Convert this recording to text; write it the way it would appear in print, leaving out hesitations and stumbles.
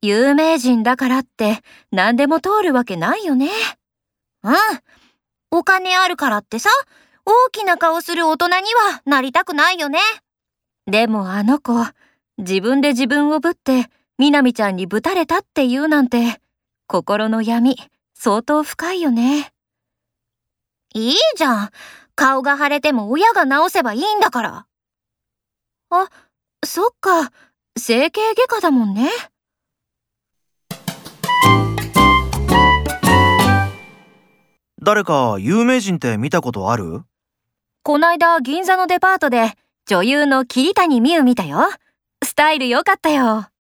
有名人だからって何でも通るわけないよね。 うん。お金あるからってさ、大きな顔する大人にはなりたくないよね。 でもあの子、自分で自分をぶって、みなみちゃんにぶたれたって言うなんて、心の闇、相当深いよね。 いいじゃん。顔が腫れても親が治せばいいんだから。 あ、そっか。整形外科だもんね。 誰か有名人って見たことある？ こないだ銀座のデパートで女優の桐谷美優見たよ。スタイル良かったよ。